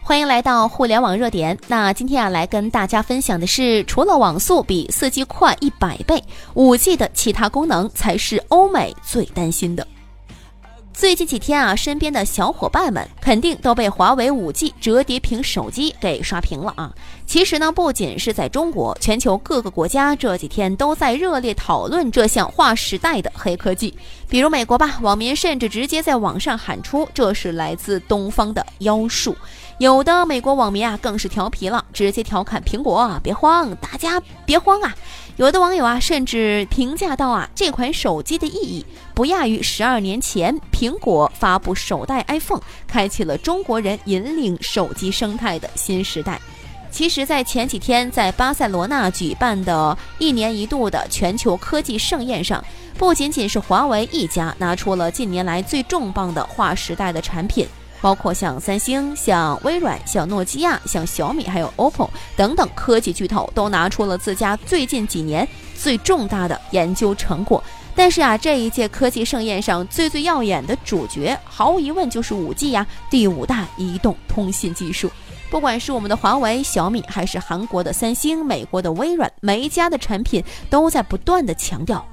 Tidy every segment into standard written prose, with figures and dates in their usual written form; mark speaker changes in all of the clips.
Speaker 1: 欢迎来到互联网热点。那今天来跟大家分享的是，除了网速比 4G 快100倍，5G 的其他功能才是欧美最担心的。最近几天身边的小伙伴们肯定都被华为 5G 折叠屏手机给刷屏了。其实呢，不仅是在中国，全球各个国家这几天都在热烈讨论这项划时代的黑科技。比如美国吧，网民甚至直接在网上喊出这是来自东方的妖术。有的美国网民更是调皮了，直接调侃苹果别慌，大家别慌啊。有的网友甚至评价到这款手机的意义不亚于12年前苹果发布首代 iPhone， 开启了中国人引领手机生态的新时代。其实在前几天在巴塞罗那举办的1年1度的全球科技盛宴上，不仅仅是华为一家拿出了近年来最重磅的划时代的产品，包括像三星、像微软、像诺基亚、像小米还有 OPPO 等等科技巨头都拿出了自家最近几年最重大的研究成果。但是这一届科技盛宴上最耀眼的主角毫无疑问就是 5G 第5代移动通信技术。不管是我们的华为、小米，还是韩国的三星、美国的微软，每一家的产品都在不断的强调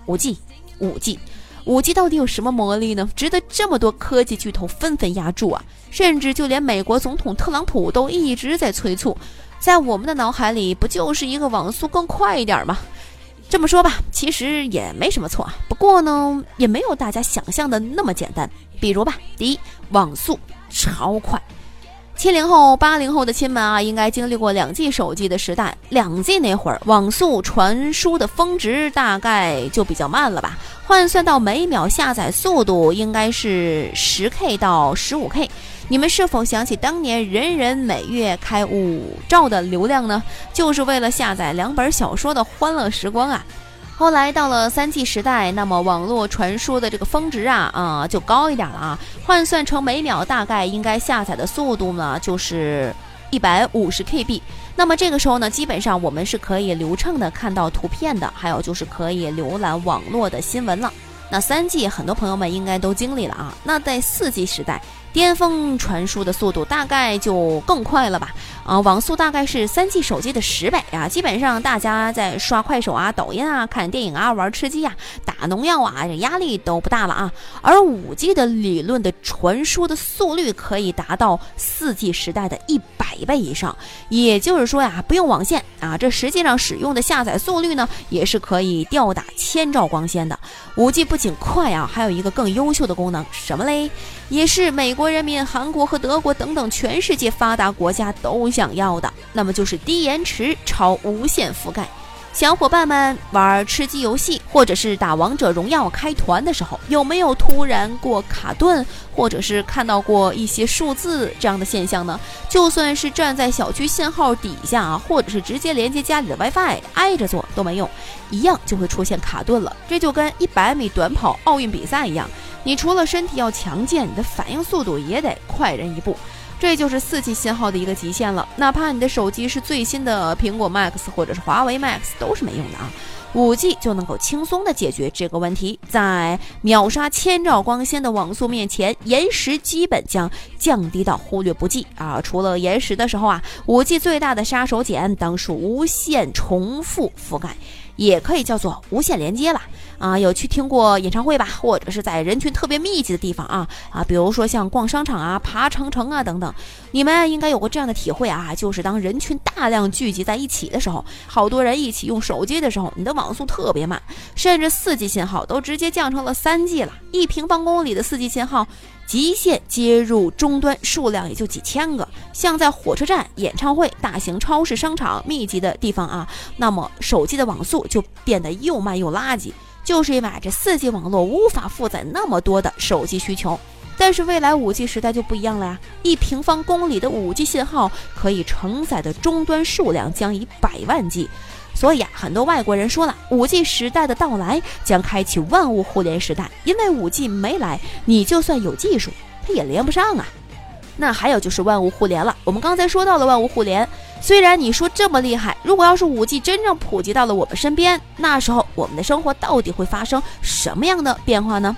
Speaker 1: 5G。5G 到底有什么魔力呢？值得这么多科技巨头纷纷压住甚至就连美国总统特朗普都一直在催促，在我们的脑海里不就是一个网速更快一点吗？这么说吧，其实也没什么错不过呢，也没有大家想象的那么简单。比如吧，第一，网速超快。70后、80后的亲们应该经历过2G 手机的时代。2G 那会儿，网速传输的峰值大概就比较慢了吧，换算到每秒下载速度应该是10K 到15K。你们是否想起当年人人每月开5兆的流量呢？就是为了下载2本小说的欢乐时光后来到了3G 时代，那么网络传输的这个峰值就高一点了换算成每秒大概应该下载的速度呢就是150KB。那么这个时候呢，基本上我们是可以流畅的看到图片的，还有就是可以浏览网络的新闻了。那 3G 很多朋友们应该都经历了那在 4G 时代，巅峰传输的速度大概就更快了吧网速大概是 3G 手机的10倍基本上大家在刷快手抖音看电影玩吃鸡打农药这压力都不大了而 5G 的理论的传输的速率可以达到 4G 时代的100倍以上，也就是说不用网线这实际上使用的下载速率呢也是可以吊打1000兆光纤的。 5G 不仅快还有一个更优秀的功能，什么嘞？也是美国人民、韩国和德国等等全世界发达国家都想要的，那么就是低延迟、超无线覆盖。小伙伴们玩吃鸡游戏或者是打王者荣耀开团的时候，有没有突然过卡顿，或者是看到过一些数字这样的现象呢？就算是站在小区信号底下或者是直接连接家里的 WiFi 挨着做都没用，一样就会出现卡顿了。这就跟100米短跑奥运比赛一样，你除了身体要强健，你的反应速度也得快人一步。这就是 4G 信号的一个极限了，哪怕你的手机是最新的苹果 Max 或者是华为 Max 都是没用的5G 就能够轻松的解决这个问题。在秒杀1000兆光纤的网速面前，延时基本将降低到忽略不计除了延时的时候5G 最大的杀手锏当属无线重复覆盖，也可以叫做无线连接了有去听过演唱会吧，或者是在人群特别密集的地方比如说像逛商场爬长城等等，你们应该有过这样的体会就是当人群大量聚集在一起的时候，好多人一起用手机的时候，你的网速特别慢，甚至 4G 信号都直接降成了 3G 了。1平方公里的 4G 信号极限接入终端数量也就几千个，像在火车站、演唱会、大型超市、商场密集的地方那么手机的网速就变得又慢又垃圾，就是因为这 4G 网络无法负载那么多的手机需求。但是未来 5G 时代就不一样了1平方公里的 5G 信号可以承载的终端数量将以100万 G。所以很多外国人说了， 5G 时代的到来将开启万物互联时代，因为 5G 没来，你就算有技术它也连不上那还有就是万物互联了，我们刚才说到了万物互联，虽然你说这么厉害，如果要是 5G 真正普及到了我们身边，那时候我们的生活到底会发生什么样的变化呢？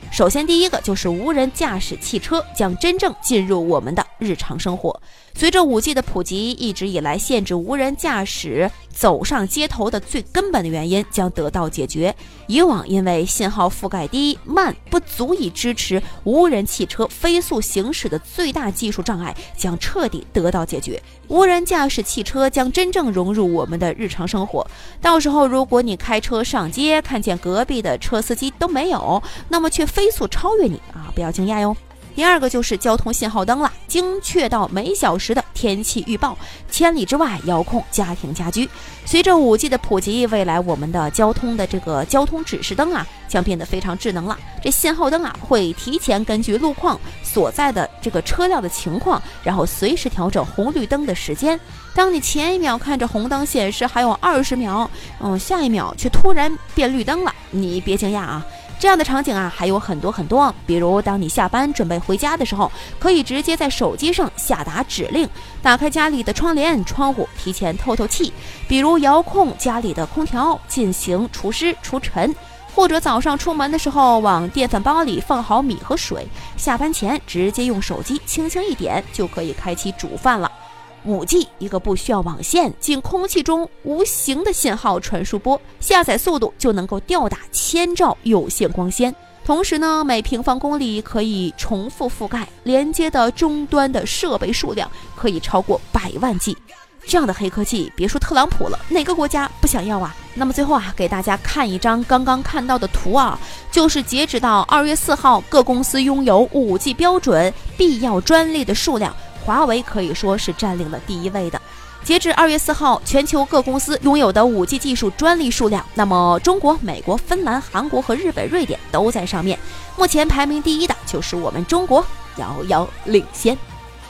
Speaker 1: 首先第一个就是无人驾驶汽车将真正进入我们的日常生活。随着 5G 的普及，一直以来限制无人驾驶走上街头的最根本的原因将得到解决。以往因为信号覆盖低、慢，不足以支持无人汽车飞速行驶的最大技术障碍将彻底得到解决。无人驾驶汽车将真正融入我们的日常生活。到时候如果你开车上街，看见隔壁的车司机都没有，那么却飞速超越你不要惊讶哟。第二个就是交通信号灯了，精确到每小时的天气预报，千里之外遥控家庭家居。随着 5G 的普及，未来我们的交通的这个交通指示灯将变得非常智能了。这信号灯会提前根据路况所在的这个车辆的情况，然后随时调整红绿灯的时间。当你前一秒看着红灯显示还有20秒，下一秒却突然变绿灯了，你别惊讶这样的场景还有很多，比如当你下班准备回家的时候，可以直接在手机上下达指令，打开家里的窗帘、窗户，提前透气；比如遥控家里的空调进行除湿除尘，或者早上出门的时候往电饭煲里放好米和水，下班前直接用手机轻轻一点就可以开启煮饭了。5G 一个不需要网线，仅空气中无形的信号传输波，下载速度就能够吊打1000兆有线光纤。同时呢，每平方公里可以重复覆盖连接的终端的设备数量可以超过100万 G。这样的黑科技，别说特朗普了，哪个国家不想要那么最后给大家看一张刚刚看到的图就是截止到2月4号，各公司拥有 5G 标准必要专利的数量，华为可以说是占领了第1位的。截至2月4号，全球各公司拥有的 5G 技术专利数量，那么中国、美国、芬兰、韩国和日本、瑞典都在上面。目前排名第1的就是我们中国，遥遥领先。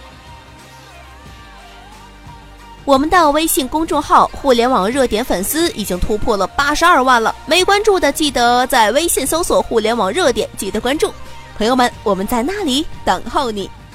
Speaker 1: 我们的微信公众号互联网热点粉丝已经突破了82万了，没关注的记得在微信搜索互联网热点，记得关注。朋友们，我们在那里等候你。